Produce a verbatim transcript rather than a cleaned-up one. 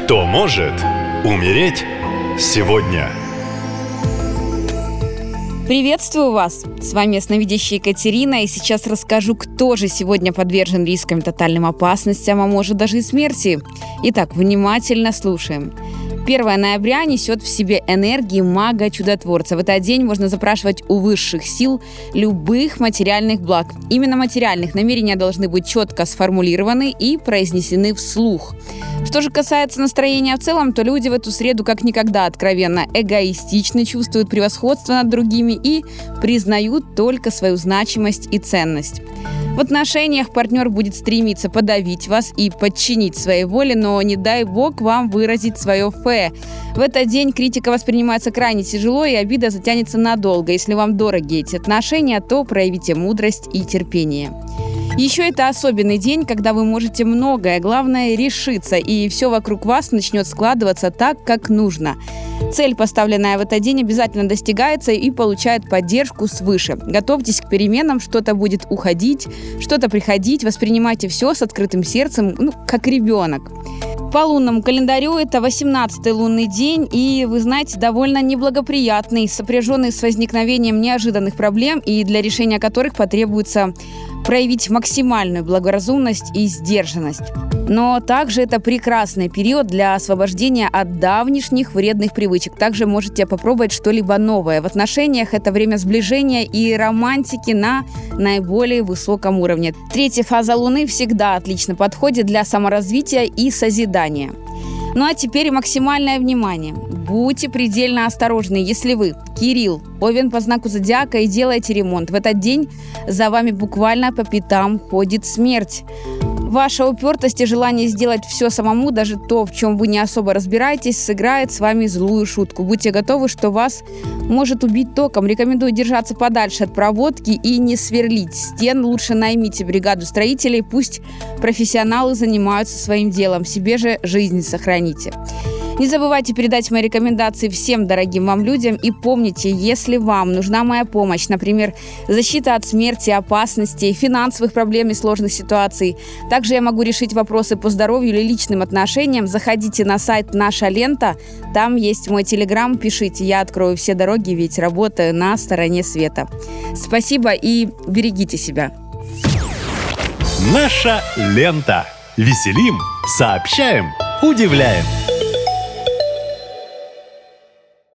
Кто может умереть сегодня? Приветствую вас! С вами ясновидящая Екатерина, и сейчас расскажу, кто же сегодня подвержен рискам, тотальным опасностям, а может даже и смерти. Итак, внимательно слушаем. первое ноября несет в себе энергии мага-чудотворца. В этот день можно запрашивать у высших сил любых материальных благ. Именно материальных. Намерения должны быть четко сформулированы и произнесены вслух. Что же касается настроения в целом, то люди в эту среду как никогда откровенно эгоистичны, чувствуют превосходство над другими и признают только свою значимость и ценность. В отношениях партнер будет стремиться подавить вас и подчинить своей воле, но не дай бог вам выразить свое «фэ». В этот день критика воспринимается крайне тяжело, и обида затянется надолго. Если вам дороги эти отношения, то проявите мудрость и терпение. Еще это особенный день, когда вы можете многое, главное решиться, и все вокруг вас начнет складываться так, как нужно. Цель, поставленная в этот день, обязательно достигается и получает поддержку свыше. Готовьтесь к переменам, что-то будет уходить, что-то приходить, воспринимайте все с открытым сердцем, ну, как ребенок. По лунному календарю это восемнадцатый лунный день, и, вы знаете, довольно неблагоприятный, сопряженный с возникновением неожиданных проблем, и для решения которых потребуется проявить максимальную благоразумность и сдержанность. Но также это прекрасный период для освобождения от давнишних вредных привычек. Также можете попробовать что-либо новое. В отношениях это время сближения и романтики на наиболее высоком уровне. Третья фаза Луны всегда отлично подходит для саморазвития и созидания. Ну а теперь максимальное внимание. Будьте предельно осторожны, если вы, Кирилл, Овен по знаку зодиака, и делаете ремонт. В этот день за вами буквально по пятам ходит смерть. Ваша упертость и желание сделать все самому, даже то, в чем вы не особо разбираетесь, сыграет с вами злую шутку. Будьте готовы, что вас может убить током. Рекомендую держаться подальше от проводки и не сверлить стен. Лучше наймите бригаду строителей, пусть профессионалы занимаются своим делом. Себе же жизнь сохраните. Не забывайте передать мои рекомендации всем дорогим вам людям. И помните, если вам нужна моя помощь, например, защита от смерти, опасностей, финансовых проблем и сложных ситуаций, также я могу решить вопросы по здоровью или личным отношениям, заходите на сайт «Наша лента», там есть мой телеграм, пишите, я открою все дороги, ведь работаю на стороне света. Спасибо и берегите себя. Наша лента. Веселим, сообщаем, удивляем.